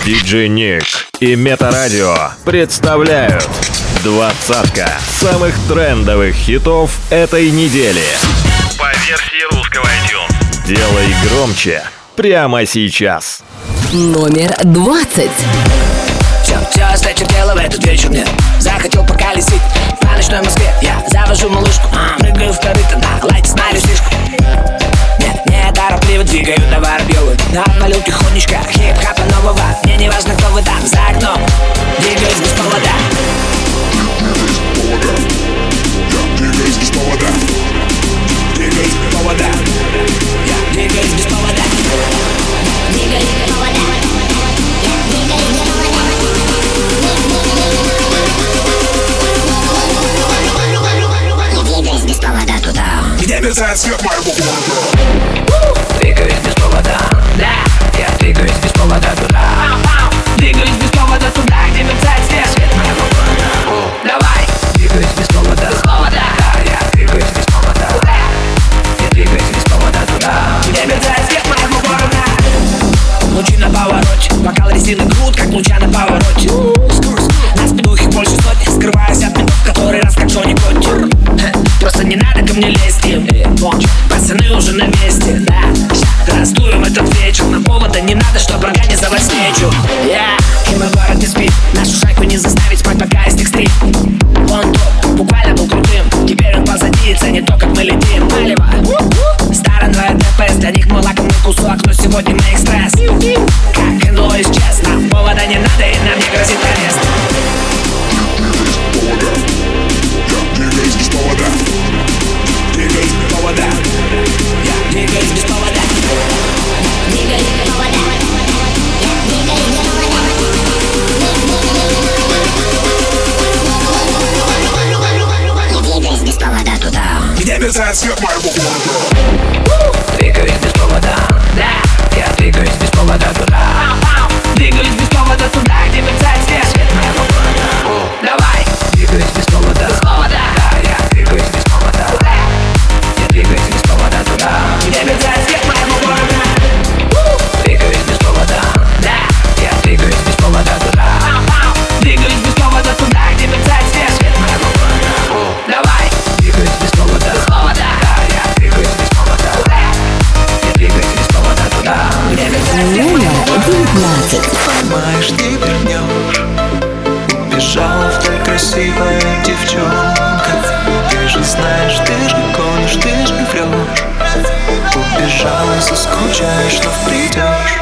Диджей Ник и Метарадио представляют двадцатка самых трендовых хитов этой недели по версии русского iTunes. Делай громче прямо сейчас. Номер 20. Все осточертело в этот вечер мне. Захотел поколесить по ночной Москве. Я завожу малышку, прыгаю в корыто, на лайте снарю слишком. Не торопливо двигаю на Воробьёвы. Отвалил тихонечко хип-хапа нового. Мне не важно, кто вы там за окном. Двигаюсь без повода. Двигаюсь без повода. Двигаюсь без повода. Я двигаюсь без повода. Двигаюсь без повода. Двигаюсь без повода туда, где мерцает свет моего города. Двигаюсь без повода, да, я двигаюсь без повода туда. Двигаюсь без повода туда, где мерцает свет моего города. Давай, двигаюсь без повода, да, я двигаюсь без повода. Я двигаюсь без повода туда, где мерцает свет моего города. Лучи на повороте, бокал резины крут, как луча на повороте. На спину их больше сотни, скрываюсь от минут, который раз как Джонни Кончер. Просто не надо ко мне лезть им. Пацаны уже на месте, да. Раздуем этот вечер, на повода не надо, чтоб организовать встречу. И мой город не спит, нашу шайку не заставить спать, пока есть экстрим. Он топ, буквально был крутым, теперь он позади и ценит то, как мы летим. Малево, старая ДПС, для них мы лакомый кусок, но сегодня мы экспресс. Как хендло исчез, нам повода не надо и нам не грозит арест. Двигаюсь без повода. Двигаюсь без повода. Я двигаюсь без повода. Двигаюсь без повода. Я двигаюсь без повода. Я двигаюсь без повода туда, где мерцает свет моего города. Двигаюсь без повода, да, я двигаюсь без повода туда. Двигаюсь без повода туда, где мерцает свет моего города. Давай, двигаюсь без повода, да, я двигаюсь без повода. Я двигаюсь без повода туда, где мерцает свет моего города. Двигаюсь без повода, да, я двигаюсь без повода туда. Двигаюсь без повода туда, где мерцает свет моего города. Давай, двигаюсь без повода, да, я двигаюсь без повода. Я двигаюсь без повода туда, где мерцает свет моего города. Понимаешь, ты вернешь. Убежала вдаль красивая девчонка. Ты же знаешь, ты же гонишь, ты же врешь. Убежала, заскучаешь, но придешь.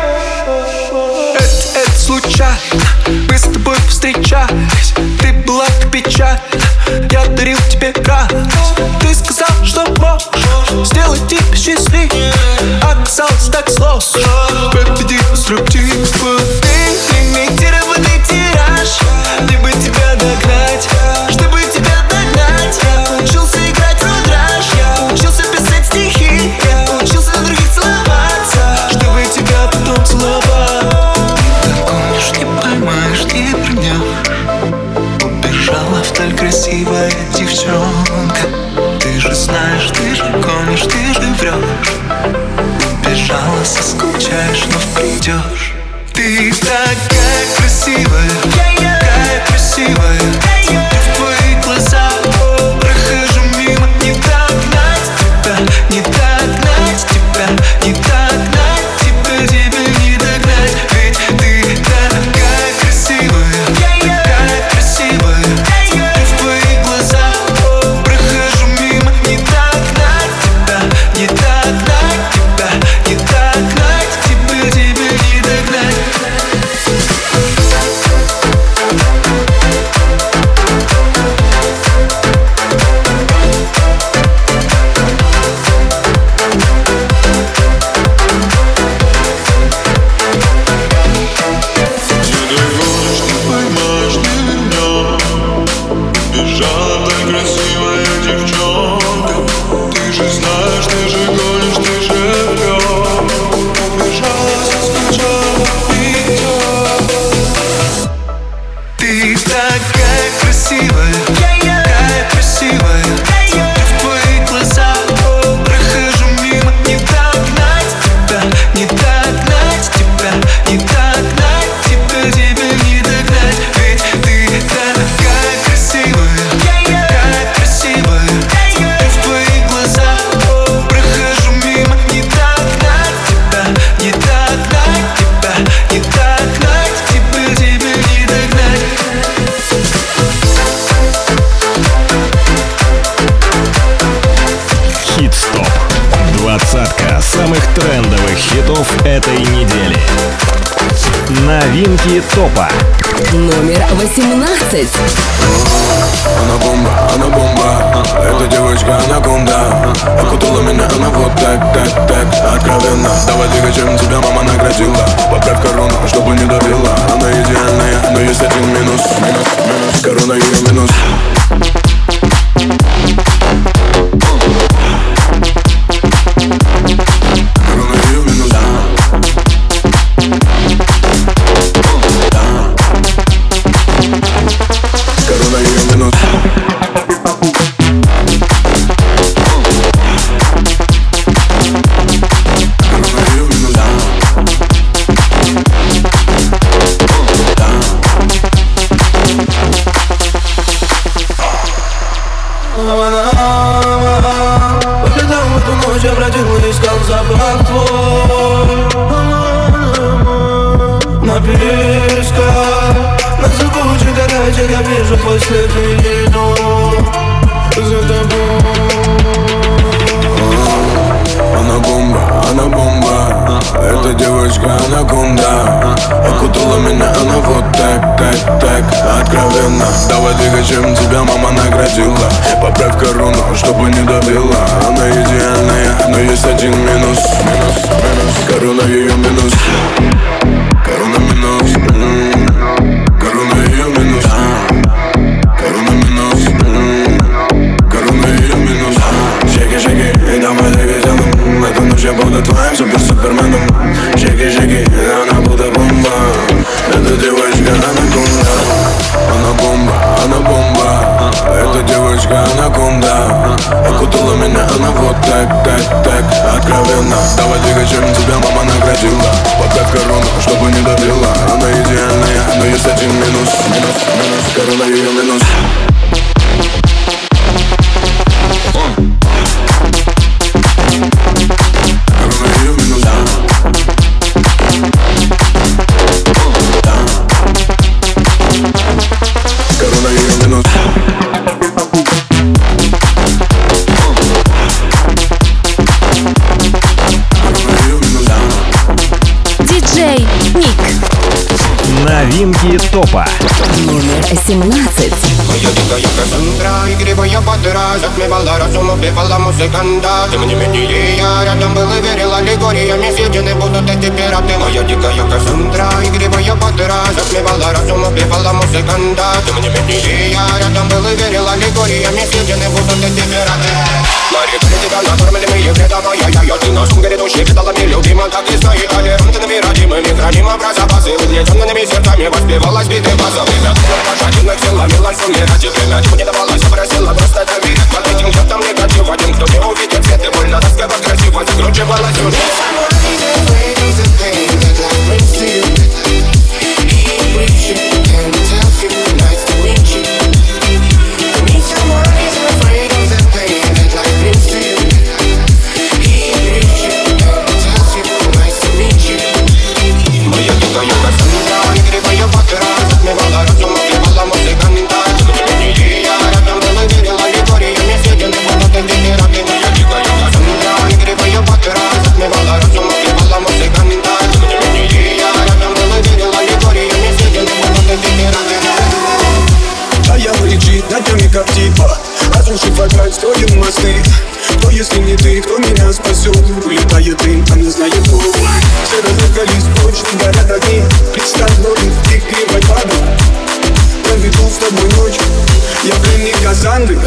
Это случайно, мы с тобой повстречались. Ты была как печаль, я дарил тебе радость. Ты сказал, что можешь сделать тебя счастливее. Оказалось так сложно, победи структиву. Ты лимитированный тираж, либо тебя догнать. Чтобы тебя догнать, я учился играть в рудраж. Я учился писать стихи, я учился на других целоваться, чтобы тебя потом целовать. Ты догонишь, не поймаешь, не вернешь. Убежала вдаль красивая девчонка. Ты же знаешь, ты же гонишь, ты же врешь. Убежала, соскучаешь, но придешь. Ты такая красивая, такая красивая. Смотрю в твои глаза, прохожу мимо. Не догнать тебя, не догнать тебя, не догнать тебя, тебя не догнать. Ведь ты такая красивая, такая красивая. Смотрю в твои глаза, прохожу мимо. Не догнать тебя, не догнать тебя, не догнать тебя, тебя не догнать. этой недели. Новинки топа. Номер 18. Она бомба, эта девочка анаконда. Окутала меня она вот так, откровенно. Давай двигай, чем тебя мама наградила. Поправь корону, чтобы не давила. Она идеальная, но есть один минус. Корона ее минус. Она бомба, эта девочка анаконда. Окутала меня она вот так, откровенно. Давай двигай, чем тебя мама наградила. Поправь корону, чтобы не давила. Она идеальная, но есть один минус. Корона ее минус. Корона минус. Корона ее минус. Корона минус. Корона ее минус. Шеки, и давай двигайся. Эту ночь я буду твоим суперменом. Шеки, она будет бомба. Эта девочка анаконда. Она бомба. Эта девочка анаконда. Окутала меня она вот так, откровенно. Давай двигай, чем тебя мама наградила. Поправь корону, чтобы не давила. Она идеальная, но есть один минус. Корона ее минус. Новинки топа. Номер 17. Моя дикая Кассандра, игривая подра, затмевала разум, убивала музыканта. Тем не менее я рядом был и верил аллегориями, съедены будут эти пираты. Моя дикая Кассандра, игривая подра, затмевала разум, убивала музыканта. Тем не менее я рядом был и верил аллегориями, съедены будут эти пираты. Мари, для тебя накормленные предавая я ты носом грядущий педалами любима, как и свои толерантными родимыми, храним про запасы, угнетенными сердцами воспевалась биты базовых. Пожаденных силами лансуме ради время, чего не давалось, просила просто доверять. Под этим чертом негатив, один, кто не увидит свет, и больно тоска красиво закручивалась сюжет. Как типа, разрушив опять строим мосты. Кто, если не ты, кто меня спасет? Улетает дым, а не знает кто. Все разыгрались прочь, не горят огни. Представь ноги, ты кривой падал. Проведу с тобой ночь, я пленник Кассандры.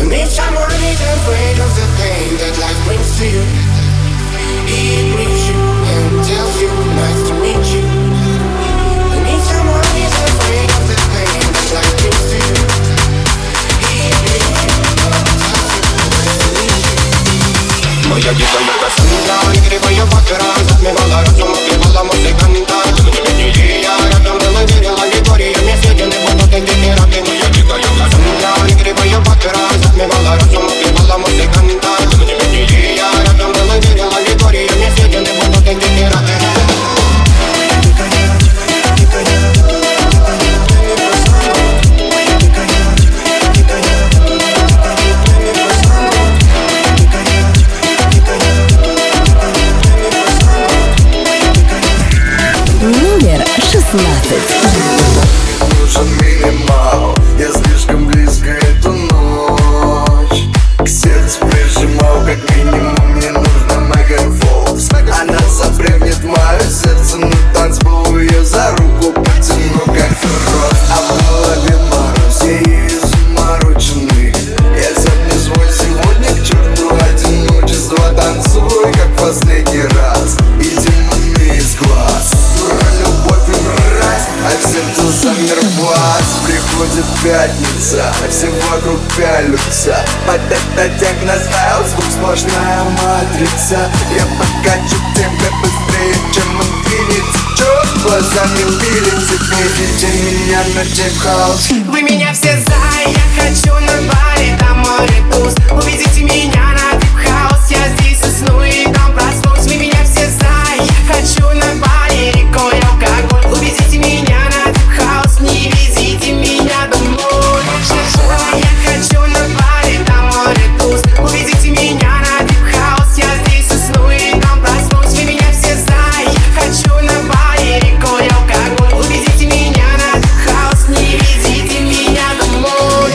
Моя дикая Кассандра, игривая подра, затмевала разум, убивала музыканта. Тем не менее я рядом был и верил аллегориями, съедены будут эти пираты. Моя дикая Кассандра, игривая подра, затмевала разум, убивала музыканта. Тем не менее я рядом был и верил аллегориями, съедены будут эти пираты. 16. Нужен минимал, я слишком близко эту ночь к сердцу прижимал, как минимум мне нужно мегафолкс. Она запрыгнет в мое сердце на танцпол, ее за руку потяну, как трос. А в голове мороз, я ею замороченный. Я запни свой сегодня к черту одиночество. Танцуй, как последний раз, и демоны из глаз. Любовь и мразь, а в сердце замер глаз. Приходит пятница, все вокруг пялются. Под это техно-стайл, звук сплошная матрица. Я подкачу темпе быстрее, чем он двинется. Чё, глазами видите, видите меня на тип-хаус. Вы меня все за, я хочу на баре, там море туз. Увидите меня на тип-хаус, я здесь усну и там проснусь. Вы меня все за, я хочу на баре, рекой алкоголь. Увидите меня на тип-хаус, не везите меня домой. Я хочу на баре, там море туз. Увидите меня на тип-хаус, я здесь усну и там проснусь. Вы меня все за, я хочу на баре, рекой алкоголь. Увидите меня на тип-хаус, не везите меня домой.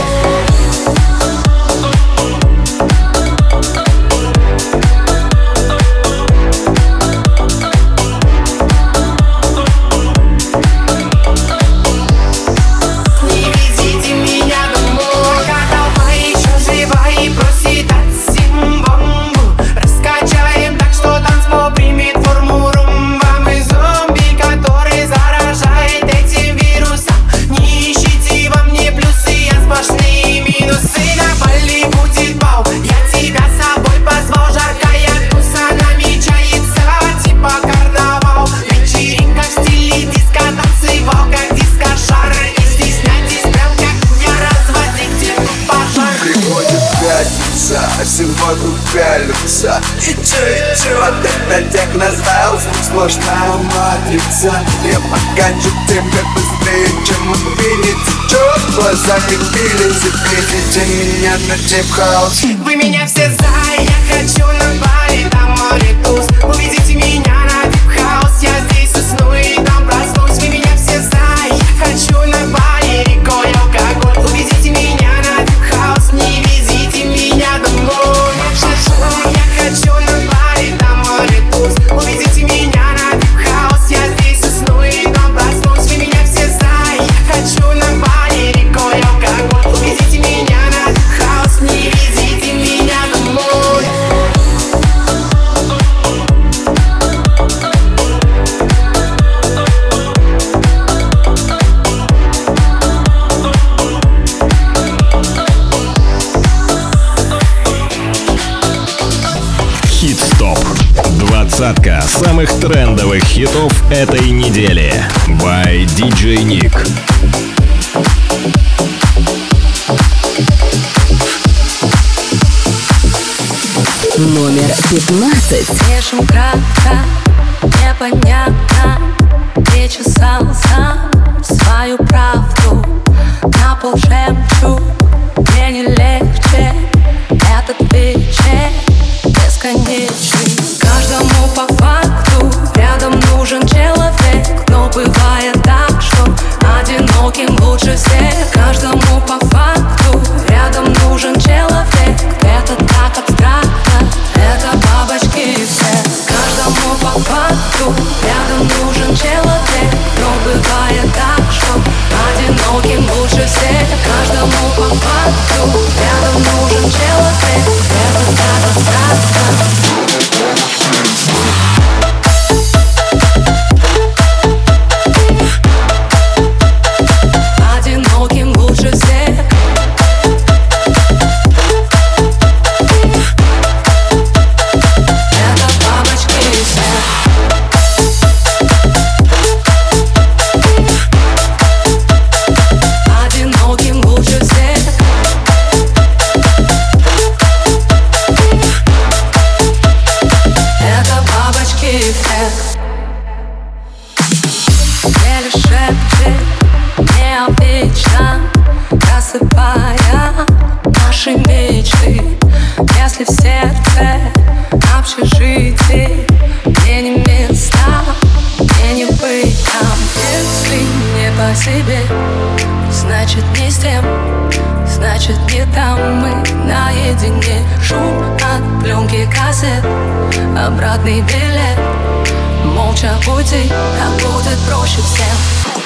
Не везите меня домой. Пока толпа еще жива и просит от симбомбу. Раскачаем так, что танцпол примет форму румба. Мы зомби, который заражает этим вирусом. Не ищите во мне плюсы, я сплошные минусы. На Бали будет бал, я тебя с собой позвал. Жаркая туса намечается, типа карнавал. Вечеринка в стиле диско, танцевал как диско-шар. Не стесняйтесь, прям как я, разводите пожар. Приходит пятница, все вокруг пялются. И чё, вот это техно-стайл, звук сплошная матрица. Я подкачу темпе быстрее, чем он двинется. Чё, глазами видите, видите меня на тип-хаус. Вы меня все за, я хочу на баре, там море туз. Увидите меня на тип-хаус, я здесь усну и там проснусь. Вы меня все за, я хочу на баре, рекой алкоголь. Увидите меня на тип-хаус, не везите меня домой. Я хочу на баре, там море туз. Увидите меня на тип-хаус, я здесь усну и там проснусь. Вы меня все за, я хочу на баре, рекой алкоголь. Увидите меня на тип-хаус, не везите меня домой. Хит-стоп. Двадцатка самых трендовых хитов этой недели. By DJ Nick. Номер 15. Слишком кратко, непонятно. Причесал сам свою правду. На пол жемчуг, мне не легче. Этот вечер бесконечный. Каждому по факту рядом нужен человек. Но бывает так, что одиноким лучше всех. Каждому по факту рядом нужен человек. Это так абстрактно, это бабочки все. Каждому по факту рядом нужен человек. Но бывает так, что одиноким лучше всех. Каждому по факту рядом нужен человек. Это так абстрактно. Одиноким лучше всех. Это бабочки все. Одиноким лучше всех. Это бабочки все. Еле шепчет, не обычно, просыпая наш наши мечты. Если в сердце общежитие, мне не места, мне не быть там. Если не по себе, значит не с тем, значит не там. Мы наедине, шум от пленки кассет, обратный билет. Молча уйти, так будет проще всем.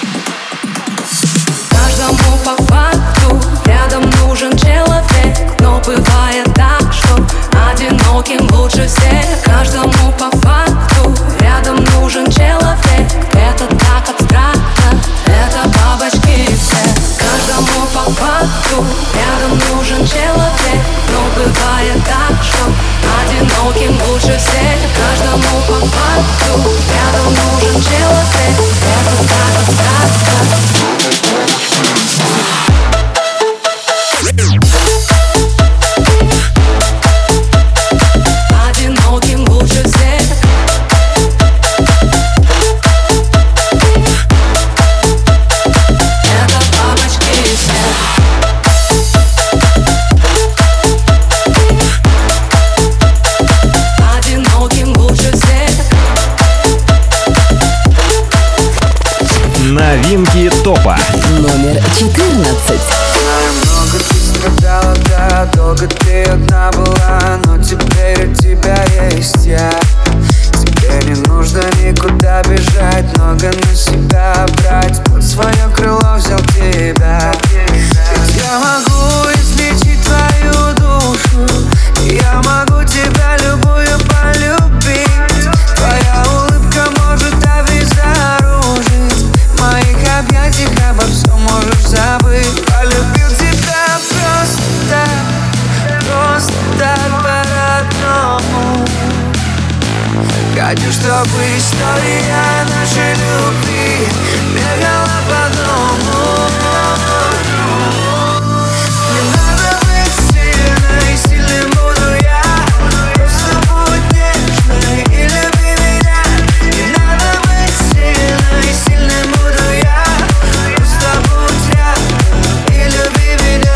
Каждому по факту рядом нужен человек, но бывает так, что одиноким лучше всех. Каждому по факту рядом нужен человек. Это так абстрактно, это бабочки все. Каждому по факту рядом нужен человек, но бывает так, что одиноким лучше всех. Каждому по факту рядом нужен человек. Это так абстрактно. Одиноким лучше всех. Это бабочки все. Одиноким лучше всех. Новинки топа. Номер 14. Знаю, много ты страдала, да, долго ты одна была, но теперь у тебя есть я. Тебе не нужно никуда бежать, много на себя брать, под свое крыло взял тебя. Ведь я могу излечить твою душу, и я могу тебя любую полюбить. Твоя улыбка может обезоружить, в моих объятиях обо всем можешь забыть. Полюбил тебя просто так по-родному. Хочу, чтобы история нашей любви бегала по дому. Не надо быть сильной, сильным буду я. Просто будь нежной и люби меня. Не надо быть сильной, сильным буду я. Просто будь рядом и люби меня.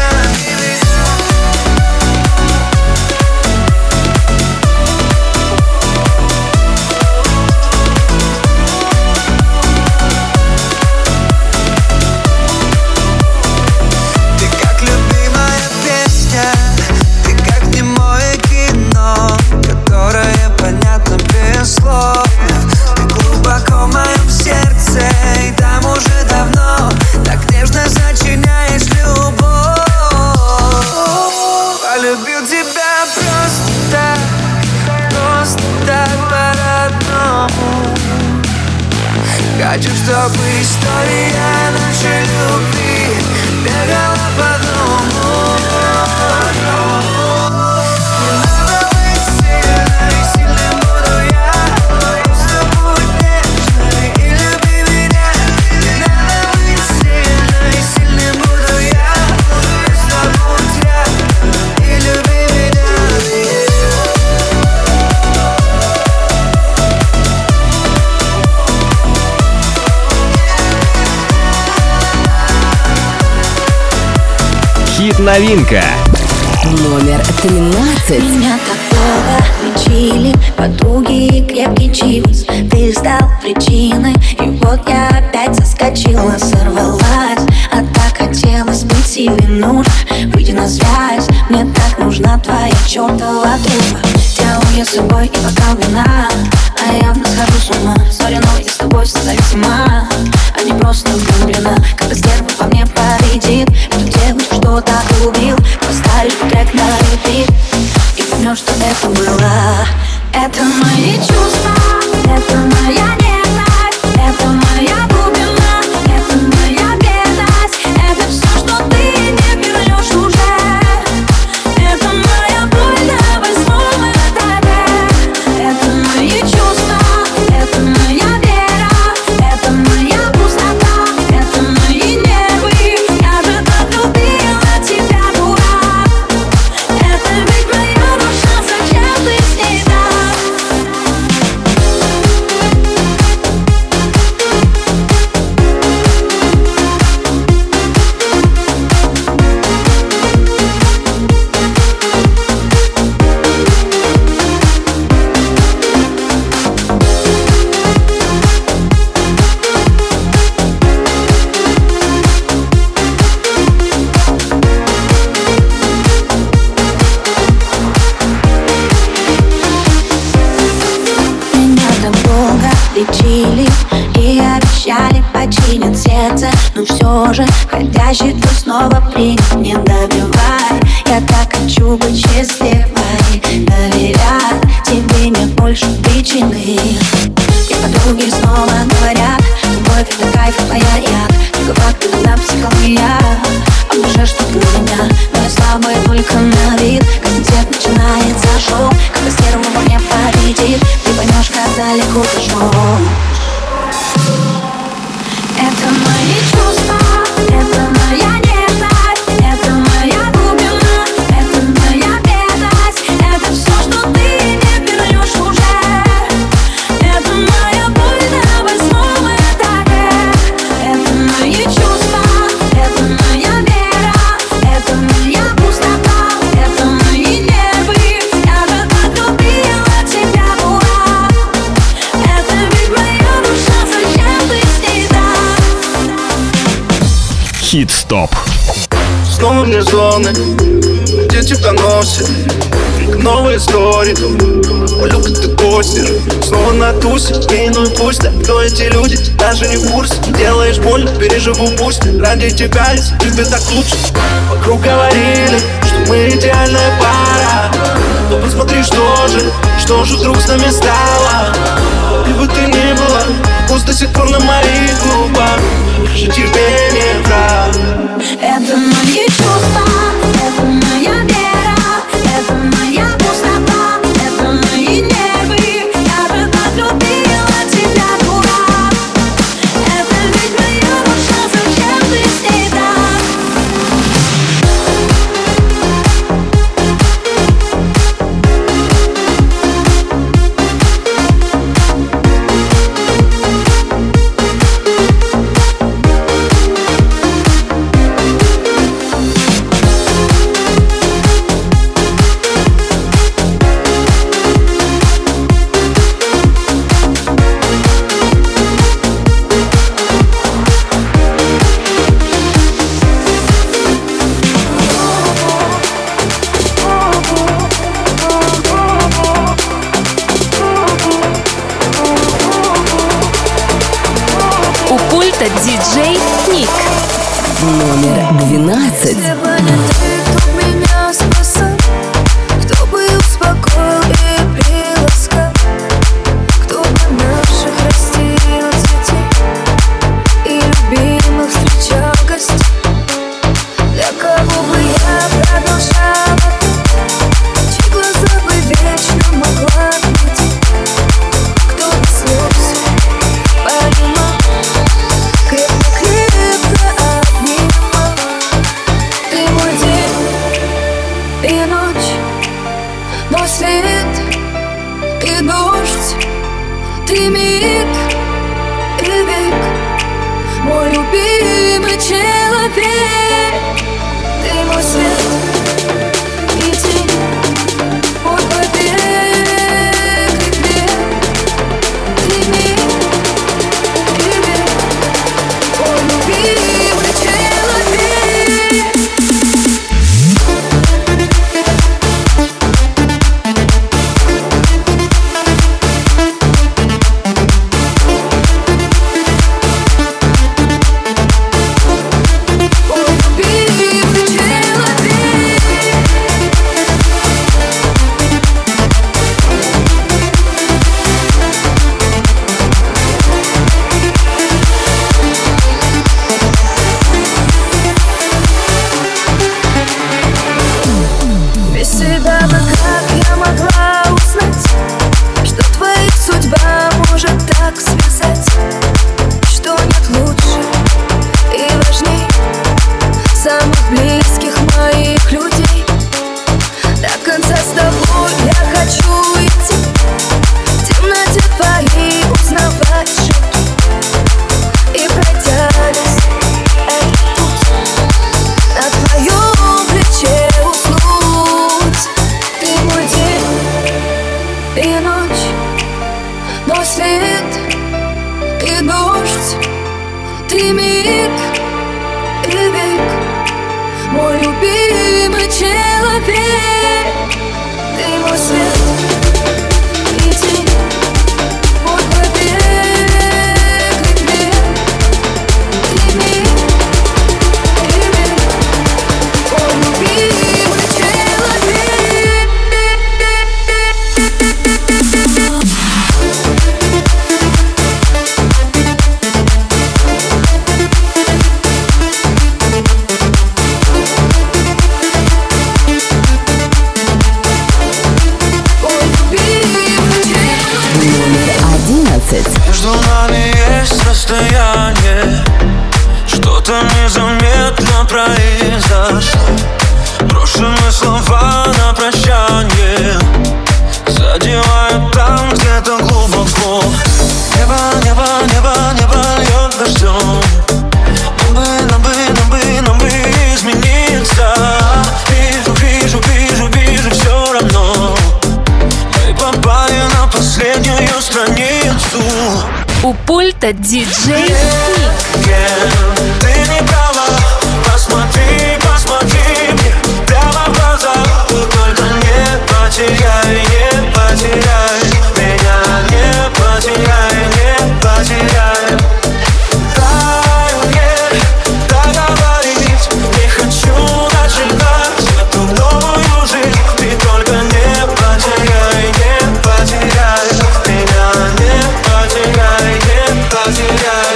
Ты как любимая песня, ты как немое кино, которое понятно без слов. Ты глубоко в моем сердце, и там уже давно так нежно сочиняешь любовь. Полюбил тебя просто так по-родному. Хочу, чтобы история нашей любви бегала по дому. Не надо быть сильной, сильным буду я. Просто будь нежной и люби меня. Не надо быть сильной, сильным буду я. Просто будь рядом и люби меня. Хит-новинка. Номер 13. Меня так долго лечили подруги и крепкий чивс. Ты стал причиной, и вот я опять заскочила, сорвалась. А так хотелось быть сильной, нужно выйти на связь. Мне так нужна твоя чертова дружба. Делаю я с собой и бокал вина, а я явно схожу с ума. Сори, но я с тобой созависима, а не просто влюблена. Когда стерва по мне полетит, эту девушку, что так убил, поставишь трек на репит и поймешь, что это было. Это мои чувства, это моя нежность, это моя глубина, это моя бедность. Это все, что ты не вернешь уже. Это моя боль на 8-м этапе. Это мои чувства, это моя вера, это моя пустота, это мои нервы. Я же так любила тебя, дурак. Это ведь моя душа, зачем ты с ней так? чинит сердце, но все же входящий твой снова принят. Не добивай, я так хочу быть счастливой, доверять тебе нет больше причины. И подруги снова говорят, любовь это кайф, твоя яд. Только факты на психология, а уже что ты у меня, но я слабая только на вид. Красный цвет начинается шоу, когда серого не победит. Ты поймешь, как далеко зашел. Это мои чувства, это моя нежность, это моя глубина, это моя бедность. Это все, что ты не вернешь уже. Это моя боль на 8-м этаже. Это мои чувства, это моя вера, это моя пустота, это мои нервы. Я же так любила тебя, дурак. Это ведь моя душа, зачем ты с ней так? Хит-стоп. Снова вне зоны, где тебя носит новые истории. Полюбка ты костишь, снова на тусе. И ну и пусть, да, кто эти люди, даже не в курсе. Делаешь больно, переживу пусть. Ради тебя, если тебе так лучше. Вокруг говорили, что мы идеальная пара. Но посмотри, что же вдруг с нами стало. И бы ты ни была, пусть до сих пор на моих губах же терпение, брат. Это мои чувства, это моя вера, это моя пустота, это мои нервы. Я же так любила тебя, дурак. Это ведь моя душа, зачем ты с ней так? У пульта диджей Ник. Номер 12. Если бы не ты, кто меня спасал, кто бы успокоил и приласкал, кто бы наших растил детей и любимых встречал гостей. Для кого бы я продолжала, чьи глаза бы вечно могла найти, кто бы слез понимал, крепко-крепко обнимал. Ты мой день. У пульта диджей Ник. Ты не права, посмотри, посмотри мне прямо в глаза. Только не потеряй, не потеряй меня, не потеряй, не потеряй. Дай мне договорить, не хочу начинать эту новую жизнь. Ты только не потеряй, не потеряй меня, не потеряй, не потеряй.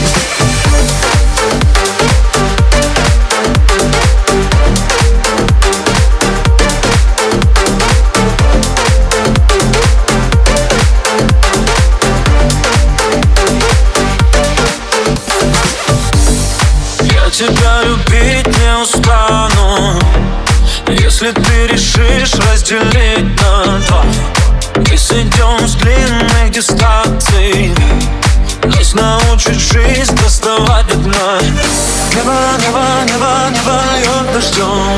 Я тебя любить не устану, если ты решишь разделить на два. Мы сойдем с длинных дистанций, нас научит жизнь доставать до дна. Небо, небо, небо, небо льет дождем.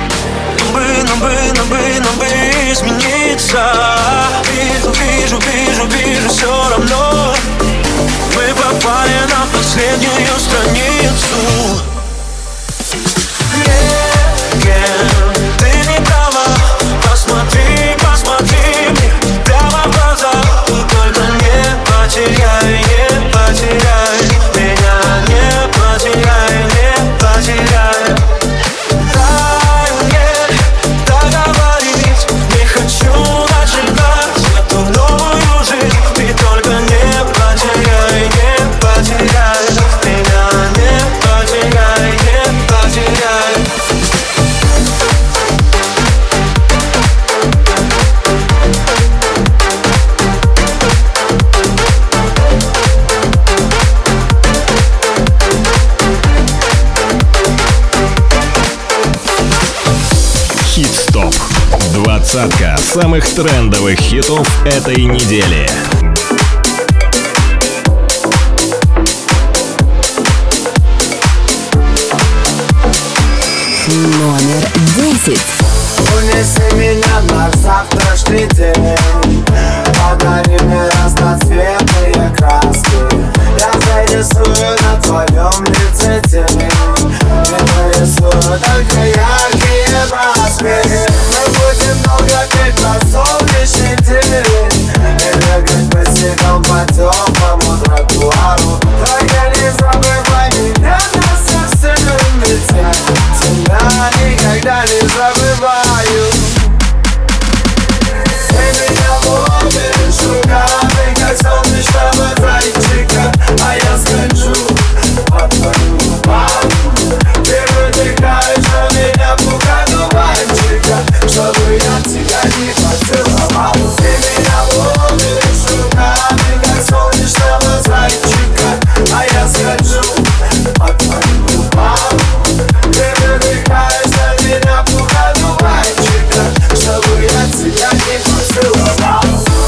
Нам бы измениться. Вижу, все равно мы попали на последнюю страницу. Ты не права, посмотри, посмотри мне прямо в глаза. Только не потеряй, не потеряй меня, не потеряй, не потеряй. Дай мне договорить, не хочу начинать эту новую жизнь. Ты только не потеряй, не потеряй меня, не потеряй, не потеряй. Хит-стоп. Двадцатка самых трендовых хитов этой недели. Номер 10. Унеси меня на завтрашний день, подари мне разноцветные краски. Я зарисую на твоем лице тень, я нарисую только яркие краски. Мы будем много петь на солнечный день и бегать босиком по теплому тротуару. Только не забывай меня на собственном лице, тебя никогда не забываю. Ты меня ловишь руками, как солнечного зайчика, а я скольжу по твоим губам. Ты вытекаешь на меня пуха дуванчика, чтобы я тебя не поцеловал. Ты меня ловишь руками, как солнечного зайчика, а я скольжу по твоим губам. Ты вытекаешь на меня пуха дуванчика, чтобы я тебя не поцеловал.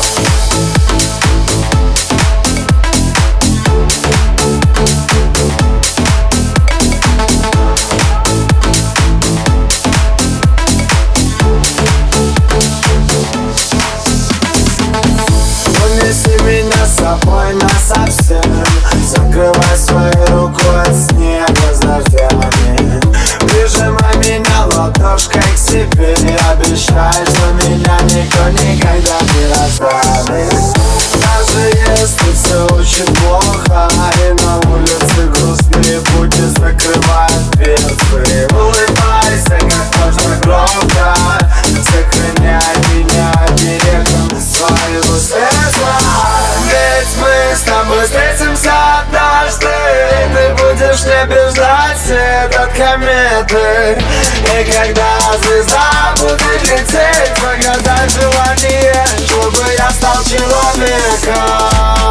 Унеси меня с собой насовсем, закрывай своей рукой от снега с дождями. Прижимай меня ладошкой к себе и обещай, что меня никто никогда не расставит. Даже если все очень плохо и на улице грустные пути закрывают дверцы, улыбайся как можно громко, сохраняй меня берегом своего сердца. Ведь мы с тобой встретимся однажды, ты будешь не бежать свет от кометы. И когда звезда будет лететь, погадай желание, чтобы я стал человеком.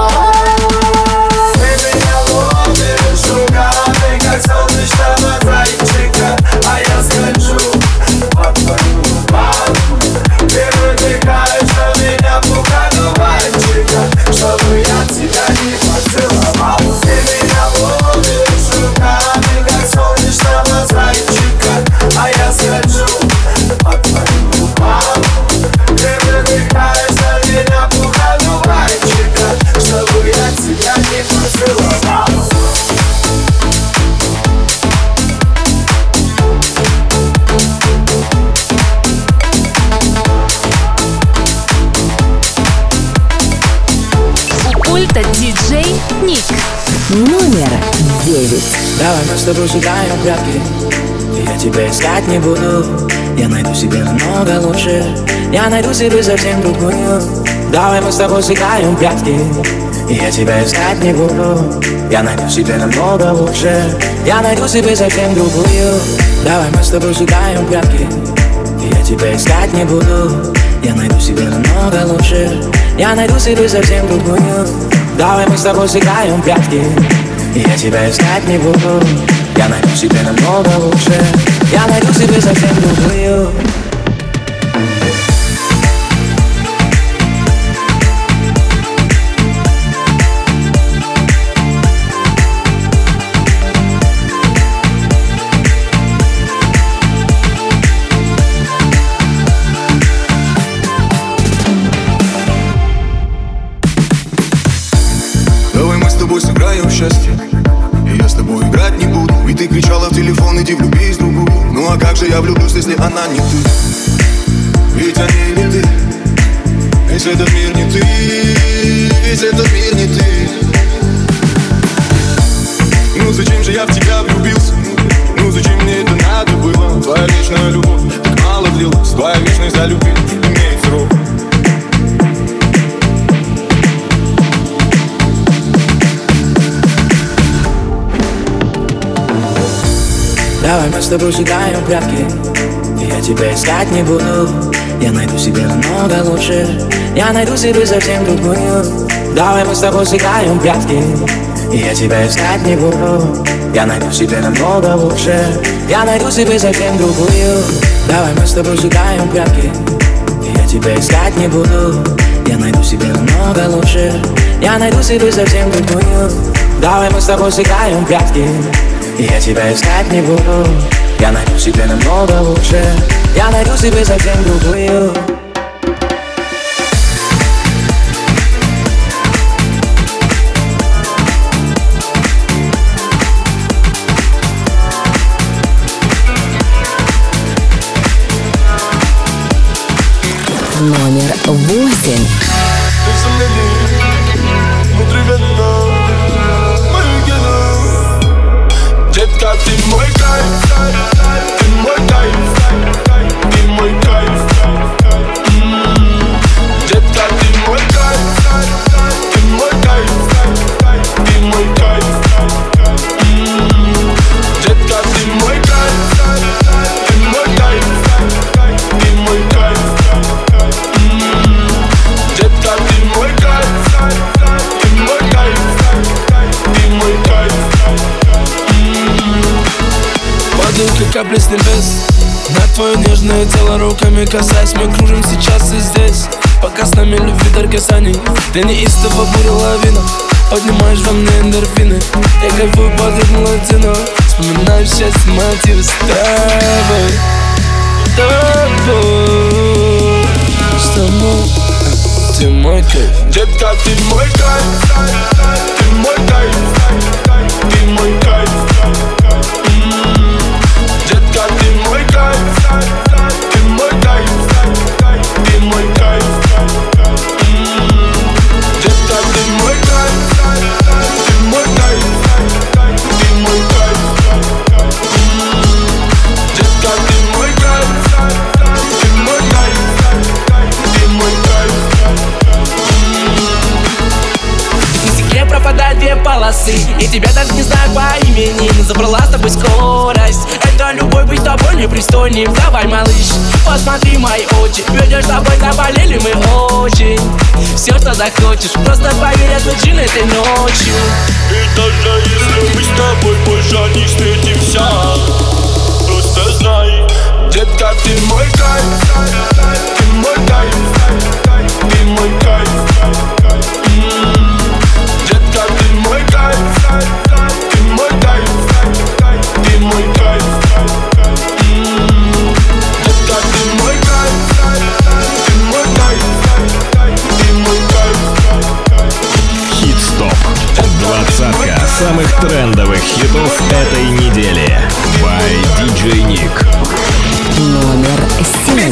Ты меня ловишь руками, как солнечного зайчика, а я скольжу по твоим губам. Ты вытекаешь на меня пуха дуванчика, чтобы я тебя не поцеловал. Ты меня ловишь руками, как солнечного зайчика, а я скольжу по твоим губам. Ты вытекаешь на меня пуха дуванчика, Ник. Номер 9. Давай мы с тобой сыграем в прятки. Я тебя искать не буду. Я найду себе намного лучше. Я найду себе совсем другую. Давай мы с тобой сыграем в прятки. Я тебя искать не буду. Я найду себе намного лучше. Я найду себе совсем другую. Давай мы с тобой сыграем в прятки. Я тебя искать не буду. Я найду себе намного лучше. Я найду себе совсем другую. Давай мы с тобой сыграем в прятки. Я тебя искать не буду. Я найду себе намного лучше. Я найду себе совсем другую. Сыграем в счастье, и я с тобой играть не буду. Ведь ты кричала в телефон, иди влюбись в другую. Ну а как же я влюблюсь, если она не ты? Ведь о ней не ты. Весь этот мир не ты. Весь этот мир не ты. Ну зачем же я в тебя влюбился? Ну зачем мне это надо было? Твоя вечная любовь так мало длилась. Твоя вечность за любви имеет срок. Давай мы с тобой сыграем в прятки. Я тебя искать не буду. Я найду себе намного лучше. Я найду себе совсем другую. Давай мы с тобой сыграем в прятки. Я тебя искать не буду. Я найду себе намного лучше. Я найду себе совсем другую. Давай мы с тобой сыграем в прятки. Я тебя искать не буду. Я найду себе намного лучше. Я найду себе совсем другую. Давай мы с тобой сыграем в прятки. Я тебя искать не буду. Я найду себе намного лучше. Я найду себе совсем другую. Номер 8. Детка, ты мой кайф, ты мой кайф, ты мой кайф. Детка, ты мой кайф, ты мой кайф, ты мой кайф. Детка, ты мой кайф, ты мой кайф, ты мой кайф. Детка, ты мой кайф, ты мой кайф, ты мой кайф. Падают как капли с небес на твое нежное тело, руками касаясь. Мы кружим сейчас и здесь, пока с нами любви дар касаний. Ты неистово буря лавина, поднимаешь во мне эндорфины. Я кайфую под ритм латино, вспоминаю счастье, мотивы с тобой. С тобой. Ты мой кайф. Детка, ты мой кайф, ты мой кайф, ты мой кайф. Детка, ты мой кайф, ты мой кайф, ты мой кайф. Детка, ты мой кайф, ты мой кайф, ты мой кайф. Детка, ты мой кайф, ты мой кайф, ты мой кайф. На стекле пропадают две полосы, и тебя даже не знаю по имени. Но забрала с тобой скорость. Это любовь, быть с тобой непристойным. Давай, малыш, посмотри мои очи. Ведешь с тобой, заболели мы очень. Все, что захочешь, просто поверь, это джин этой ночью. И даже если мы с тобой больше не встретимся, просто знай, детка, ты мой кайф, ты мой кайф, ты мой кайф. Детка, ты мой кайф, ты мой кайф, ты мой кайф. Детка, ты мой кайф, ты мой кайф, ты мой кайф. Хит-стоп. Двадцатка самых трендовых хитов этой недели. By DJ Nick. Номер 7.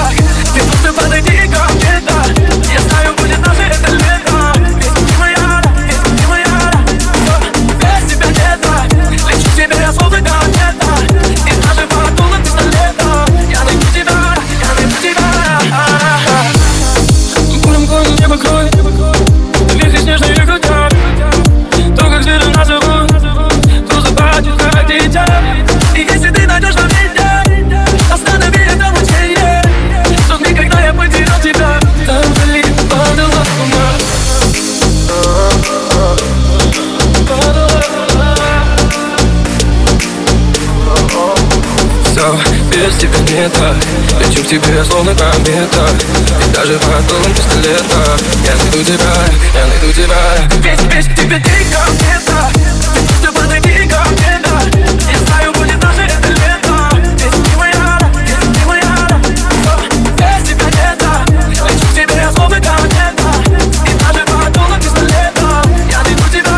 Я знаю, будет наше это лето. Песня моя, без тебя не так. Лечу к тебе словно комета, и даже под дулом пистолета. Я найду тебя. Без тебя ты ко мне так. Ты просто подойди ко мне, да. Я знаю, будет наше это лето. Без тебя, без тебя не так. Лечу к тебе словно комета, и даже под дулом пистолета. Я найду тебя.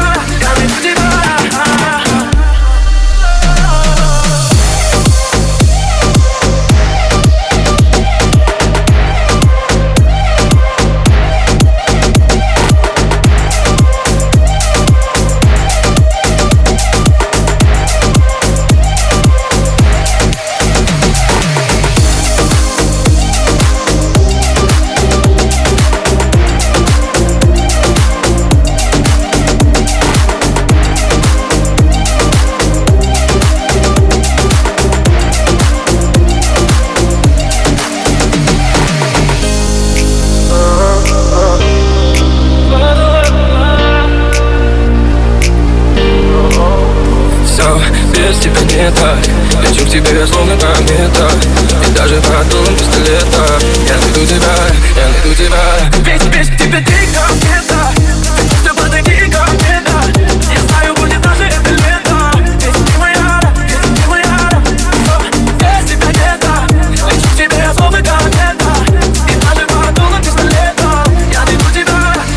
Лечу к тебе словно комета, и даже под дулом пистолета. Я найду тебя. Без тебя ты ко мне, да. Ты просто подойди ко мне, да. Я знаю, будет наше это лето. Без тебя не так. Лечу к тебе словно комета, и даже под дулом пистолета. Я найду тебя.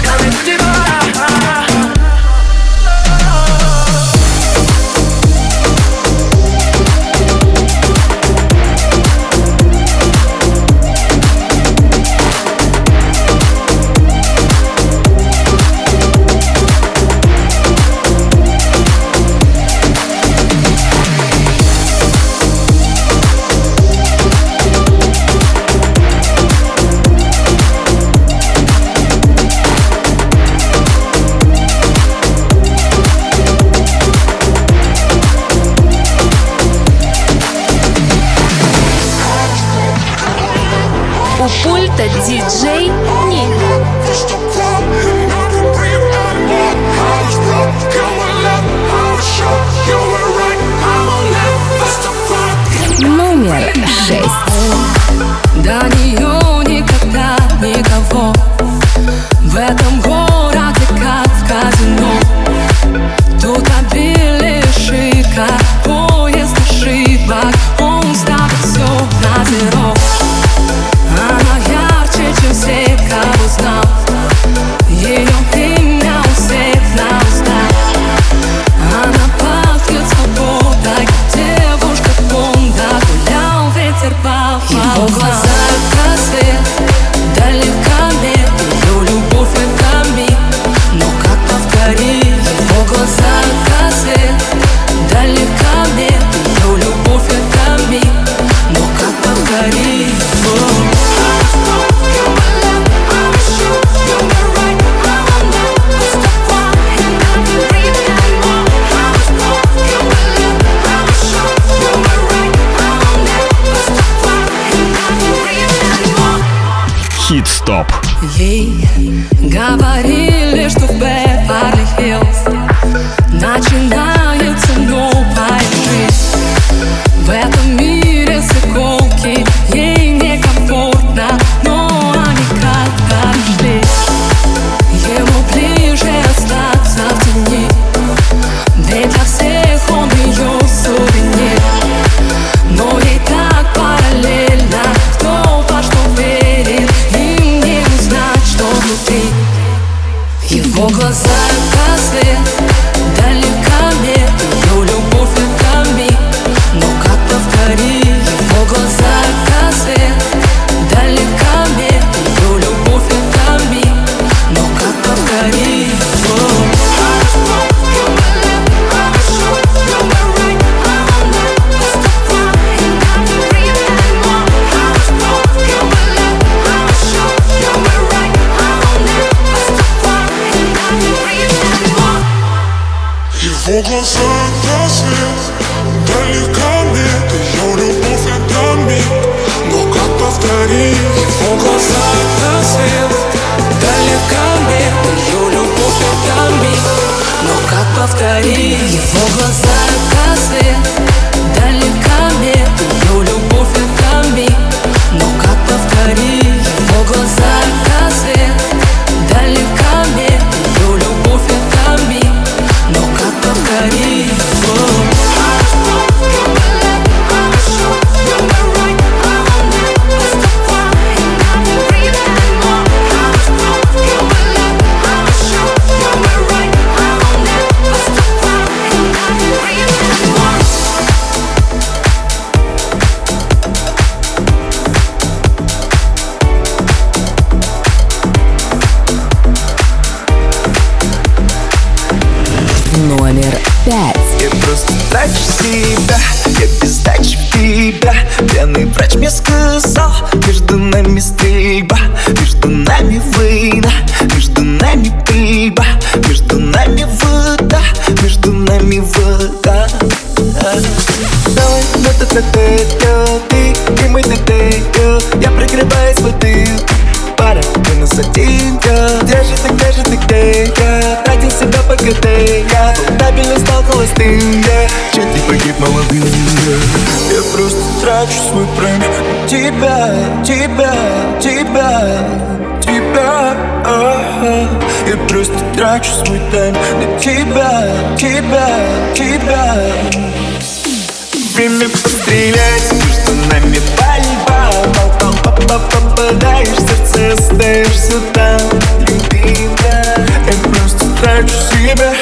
У пульта диджей Ник. Номер 6. До нее никогда никого. В этом городе как в казино. Тут обилие шика, поезд ошибок. Он ставит все на зеро. Она ярче, чем все, кого знал. Ее имя у всех на устах. Она пахнет свободой, девушка Бонда. Гулял ветер по его глаза, как свет. Далеко нет, ее любовь это миг. Но как повторить его глаза, как свет. Далеко нет, ее любовь это миг. Но как повторить его? Хит-стоп. Ей говорили, что в Беверли-Хиллз начинается новая жизнь. В этом мире с иголки ей некомфортно, но они как-то шли. Ему ближе остаться в тени, ведь для всех он ее сувенир. Но ей так параллельно, кто во что верит, им не узнать, что внутри. Его глаза как свет, далеко нет, ее любовь это миг. Но как повторить его глаза как свет, далеко нет, ее любовь это миг. Но как повторить его? Его глаза как свет, далеко нет, ее любовь это миг. Но как повторить его глаза как свет, далеко нет, ее любовь это миг. Но как повторить его глаза как свет, далеко нет, ее любовь это Номер 5. Я просто трачу себя, я без дачи в тебя. Пьяный врач мне сказал, между нами стрельба, между нами война, между нами пыльба, между нами вода, между нами вода. Давай, ты и мой ты, я прикрываюсь бутылкой. Пара, ты нас один, где же ты, где я? Тратил себя по КТ, я стабильно стал холостым, чуть не погиб молодым. Я просто трачу свой прайм на тебя. Я просто трачу свой тайм на тебя. Время пострелять, между нами пальба. Попадаешь в сердце, остаешься там, любимая. Я просто трачу себя,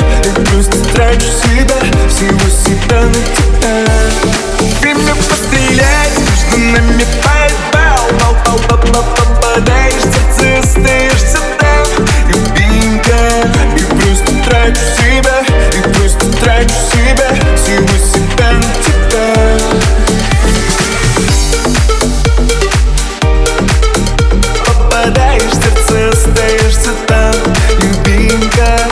всего себя на тебя. Время пострелять, между нами пальба. Попадаешь в сердце, остаешься там, любимая. Я просто трачу себя, всего себя на тебя. Попадаешь в сердце, остаешься там, любимка.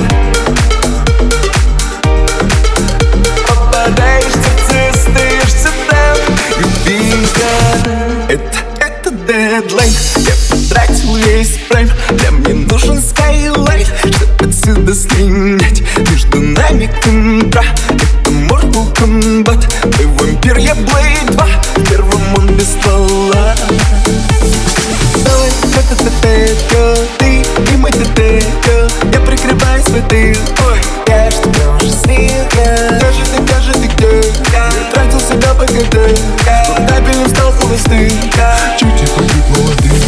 Попадаешь в сердце, остаешься там, любимка. Это дедлайн, я потратил весь прайм. Для мне нужен скайлайт, чтобы отсюда слинять. Между нами контра, это Mortal Kombat. Ты вампир, я Blade 2, в первом он без ствола. Давай, ты и мой ты, я прикрываюсь в этой. Я ж тебя уже слил, где же ты, где? Я тратил себя по КТ, стабильно стал холостым, чуть не погиб молодым.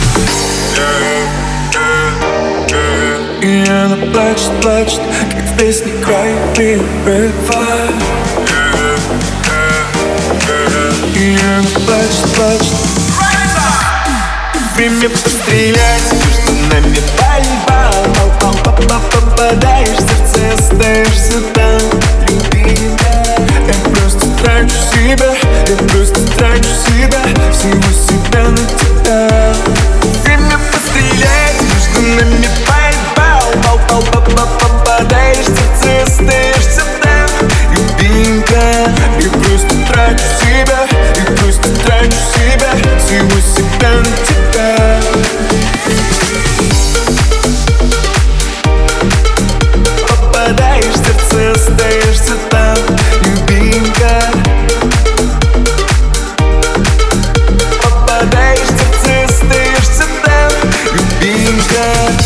И она плачет, как в песне Cry River. И она плачет. Время пострелять, между нами пальба. Попадаешь в сердце, остаешься там, любимая. Я просто трачу себя, всего себя на тебя. Время пострелять, между нами пальба. Попадаешь в сердце, остаешься там, любимка. Я просто трачу себя, всего себя на тебя. Попадаешь в сердце, остаешься там, любимка. Попадаешь в сердце, остаешься там, любимка.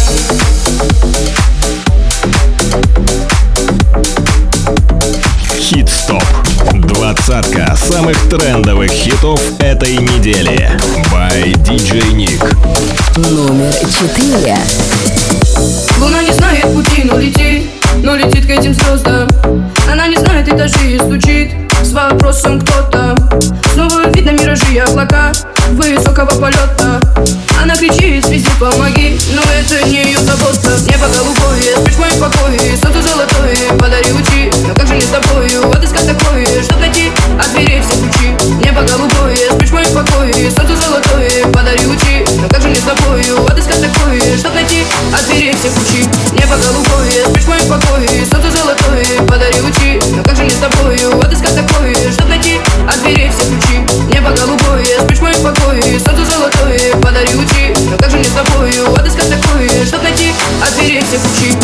Хит-стоп. Двадцатка самых трендовых хитов этой недели. By DJ Nick. Номер 4. Луна не знает пути, но летит к этим звездам. Она не знает этажи и стучит с вопросом кто-то. Снова видно миражи и облака высокого полета. Она кричит звезде помоги, но это не ее забота. Небо голубое, спишь в моем покое, солнце золотое, подари лучи. Но как же не с тобою отыскать такое, чтоб найти от дверей все ключи. Небо голубое, спишь в моем покое, солнце золотое, подари лучи. Но как же не с тобою отыскать такое, чтоб найти от дверей все ключи. Небо голубое, спишь в моем покое, солнце золотое, подари лучи. Но как же не с тобою отыскать такое, чтоб найти от дверей все ключи. Небо голубое, спишь в моем покое, солнце золотое, подари лучи. Но как же не с тобою отыскать такое, чтоб найти от дверей все ключи.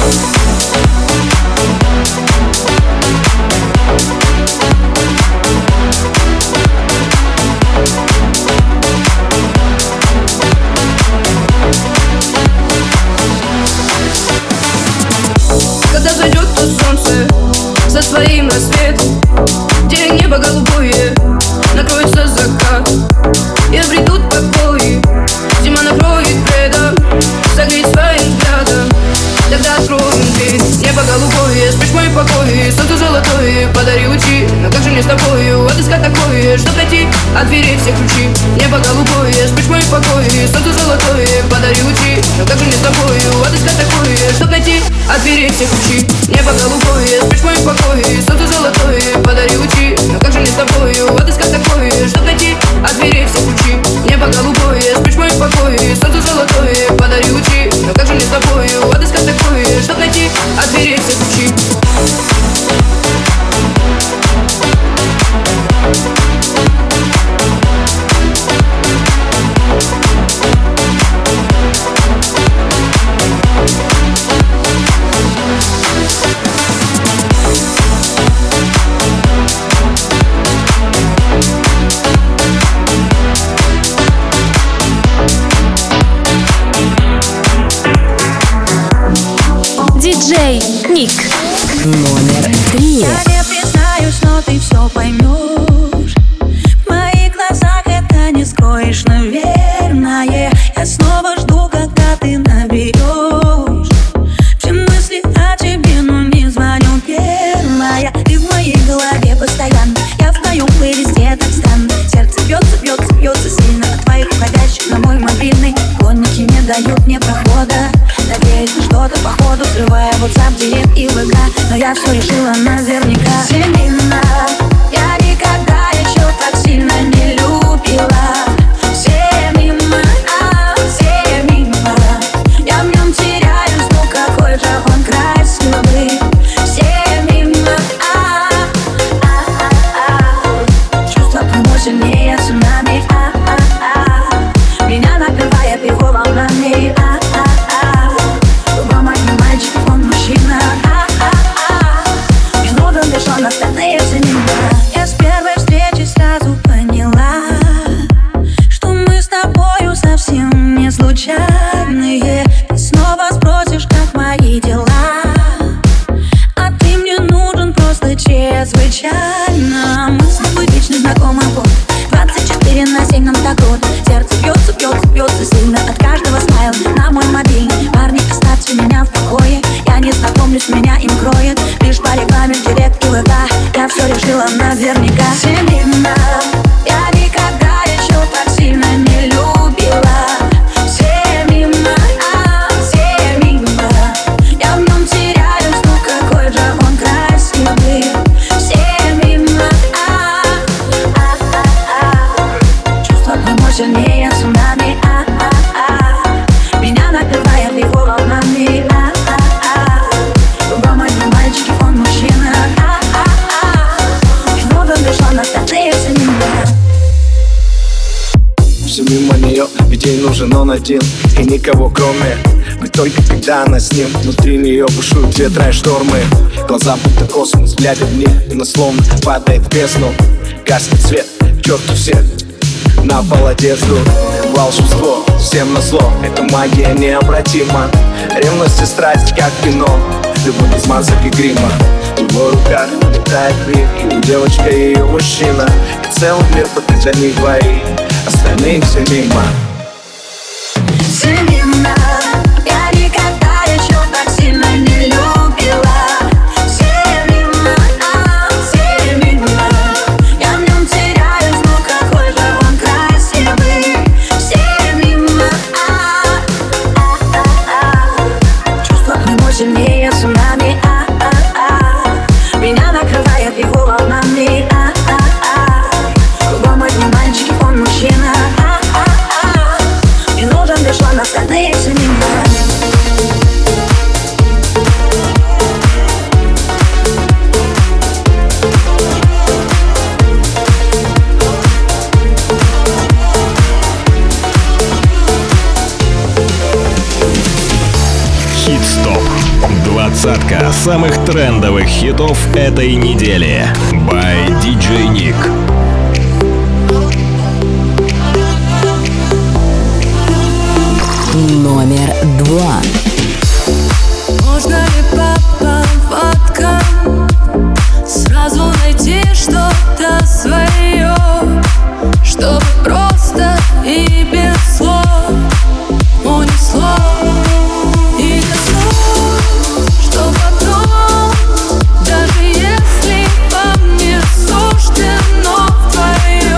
Когда зайдет то солнце со своим рассветом, где небо голубое, накроется закат, и обретут покой. Зима накроет бредом, согреет своим взглядом. Тогда откроем дверь. Небо голубое, спишь в моем покое, солнце золотое, подари лучи. Но как же мне с тобою отыскать такое, покое, чтоб найти от дверей все ключи. Небо голубое, спишь в моем покое, солнце золотое, подари лучи. Но как же не с тобою отыскать такое, чтоб найти от дверей все ключи. Небо голубое, спишь в моем покое, солнце золотое, подари лучи. Но как же не с тобою отыскать такое, чтоб найти от дверей все ключи. Небо голубое, спишь в моем покое, солнце золотое, подари лучи. Но как же не с тобою отыскать такое, чтоб найти от дверей все ключи. Диджей Ник. Номер 3. Я не признаюсь, но ты все поймешь. В моих глазах это не скроешь, наверное. Я снова жду, когда ты наберешь. Все мысли о тебе, но не звоню первая. Ты в моей голове постоянно, я в твоем плейлисте так странно. Сердце бьется, бьется, бьется сильно от твоих уходящих на мой мобильный. Конники не дают мне прохода. Надеюсь на что-то походу, взрывая WhatsApp, Директ и ВК. Но я все решила наверняка. Семейно, я никогда еще так сильно не любила. Все мимо, все мимо. Я в нем теряюсь, ну какой же он красивый. Все мимо, чувства прямой сильнее цунами. Меня накрывает его волнами. Я с первой встречи сразу поняла, что мы с тобою совсем не случайные. Ты снова спросишь, как мои дела, а ты мне нужен просто чрезвычайно. Мы с тобой вечно знакомы, вот 24/7 нам так вот. Сердце бьется, бьется, бьется сильно от каждого смайла на мой мобильный. Парни, оставьте меня в покое, я не знакомлюсь, меня им кроет лишь по рекламе в Директ и ВК. Я все решила наверняка. Семейно, я никогда еще так сильно не любила. Все мимо, все мимо. Я в нем теряюсь, ну какой же он красивый. Все мимо, чувства прямой сильнее цунами. Меня накрывает его волнами. Другой мой мальчик, он мужчина. Все мимо нее, ведь ей нужен он один. И никого кроме, ведь только когда она с ним. Внутри нее бушуют ветра и штормы. Глаза будто космос, глядя в них, и на словно падает в бездну. Гаснет свет, к черту всех, на пол одежду. Волшебство, всем назло, эта магия необратима. Ревность и страсть, как кино, любовь без масок и грима. В его руках летает мир, его девочка и ее мужчина. И целый мир только для них двоих, остальные все мимо. Семейно, я никогда еще так сильно не любила. Все мимо, все мимо. Я в нем теряюсь, ну какой же он красивый. Все мимо, чувства прямой сильнее цунами. Меня накрывает его волнами. Кругом одни мальчики, он мужчина. Не нужен лишь он, остальные все мимо. Хит-стоп. Двадцатка самых трендовых хитов этой недели. By DJ Nick. Номер 2. Можно ли по поводкам сразу найти что-то свое, чтобы просто и без слов унесло? И не суть, что потом, даже если вам не суждено вдвоем.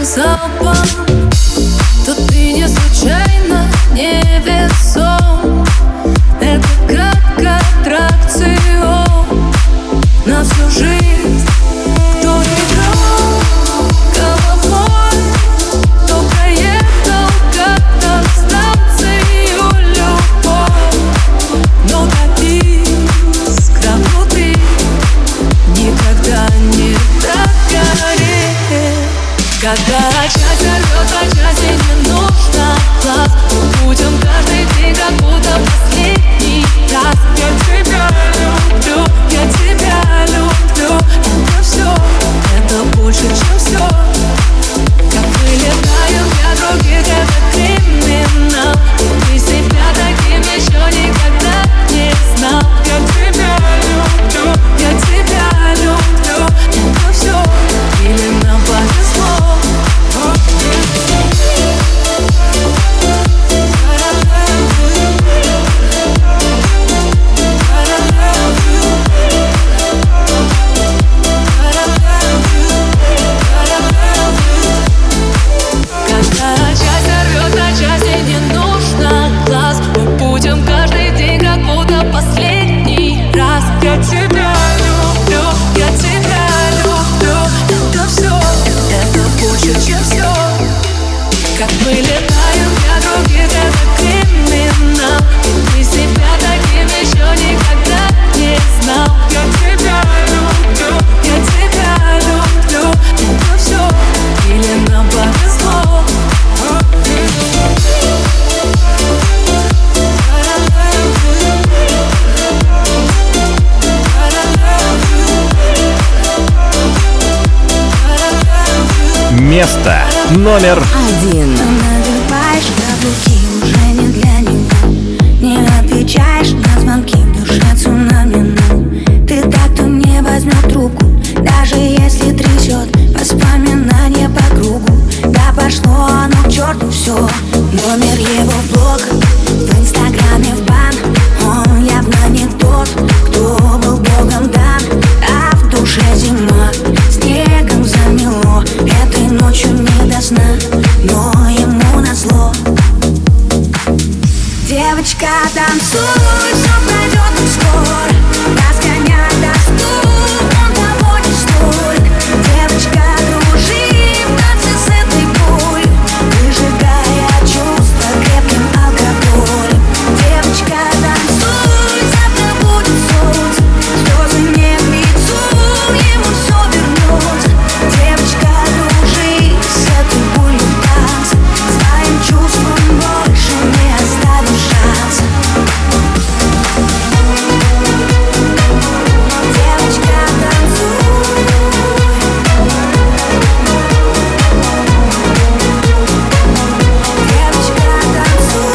залпом, то ты не случайно невесом. Это как аттракцион на всю жизнь. Кто играл головой, кто проехал как-то станцию любовь. Но как искра внутри никогда не догорит. Когда часть рвет, а части не нужно глаз. Мы будем каждый день как будто последний раз. Я тебя люблю, я тебя люблю. Это все, это больше, чем все. Как мы летаем для других, это криминал. И ты себя таким еще никогда не знал. Я тебя люблю, я тебя люблю. Это все, или нам повезло. Когда часть рвет, а части не нужно глаз. Мы будем каждый день как будто последний раз. Я тебя люблю, я тебя люблю. Это все, это больше, чем все. Как мы летаем для других, это криминал. И ты себя таким еще никогда не знал. Я тебя люблю, я тебя люблю. Это все, или нам повезло. Место номер 1. Надеваешь каблуки уже не для него. Не отвечаешь на звонки, в душе цунами. Ты так, кто не возьмет трубку, даже если трясет воспоминания по кругу. Да пошло оно к черту все. Номер его в блог, в инстаграме в бан. Он явно не тот, кто был богом дан. А в душе зима, снегом замело. Этой ночью не до сна, но ему назло. Девочка, танцуй, все пройдет так скоро. Разгоняй тоску, он того не стоит. Девочка, кружи в танце с этой болью, выжигая чувства крепким алкоголем. Девочка, танцуй, завтра будет солнце. Слезы не к лицу, ему все вернется. Девочка, кружи с этой болью в танце. Своим чувством больше не оставишь шанса. Девочка, танцуй. Девочка, танцуй.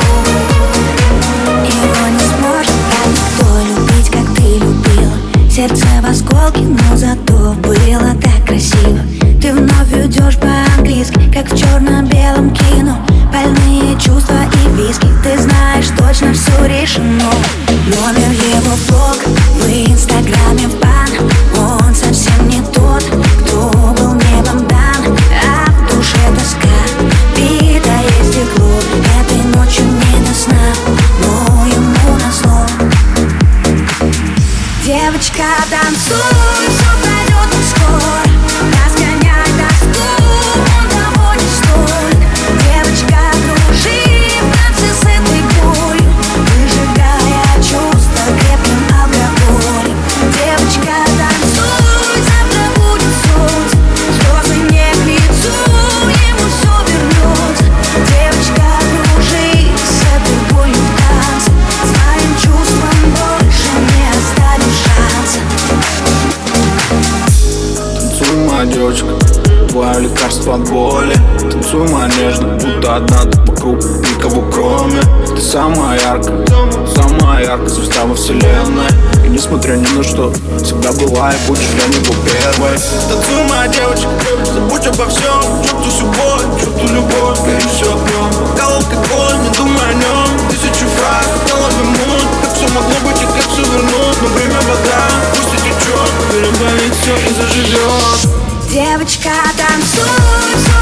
Его не сможет так никто любить, как ты любила. Сердце в осколке, но зато было так красиво. Ты вновь уйдешь по-английски, как в черно-белом кино. Больные чувства и виски, ты знаешь, точно все решено. Номер его в блог, в инстаграме в бан. Он совсем не тот, кто был небом дан. А в душе тоска, битое стекло. Этой ночью не до сна, но ему назло. Девочка, танцуй, все пройдет так скоро. Разгоняй тоску, он того не стоит. Девочка, кружи в танце с этой болью, выжигая чувства крепким алкоголем. Девочка, танцуй, завтра будет солнце. Слезы не к лицу, ему все вернется. Девочка, кружи с этой болью в танце. Своим чувством больше не оставишь шанса. Танцуй, моя девочка, твое лекарство от боли. Танцуй, моя нежно, будто одна ты вокруг, никого кроме. Ты самая яркая звезда во вселенной. И несмотря ни на что, всегда была и будешь для него первой. Танцуй, моя девочка, забудь обо всем. Чувствуй всю боль, чувствуй любовь, гори все огнем. Бокал алкоголь, не думай о нем. Тысячу фраз, в голове муть. Как все могло быть и как все вернуть. Но время вода, пусть и течет, переболит все и заживет. Девочка, танцуй,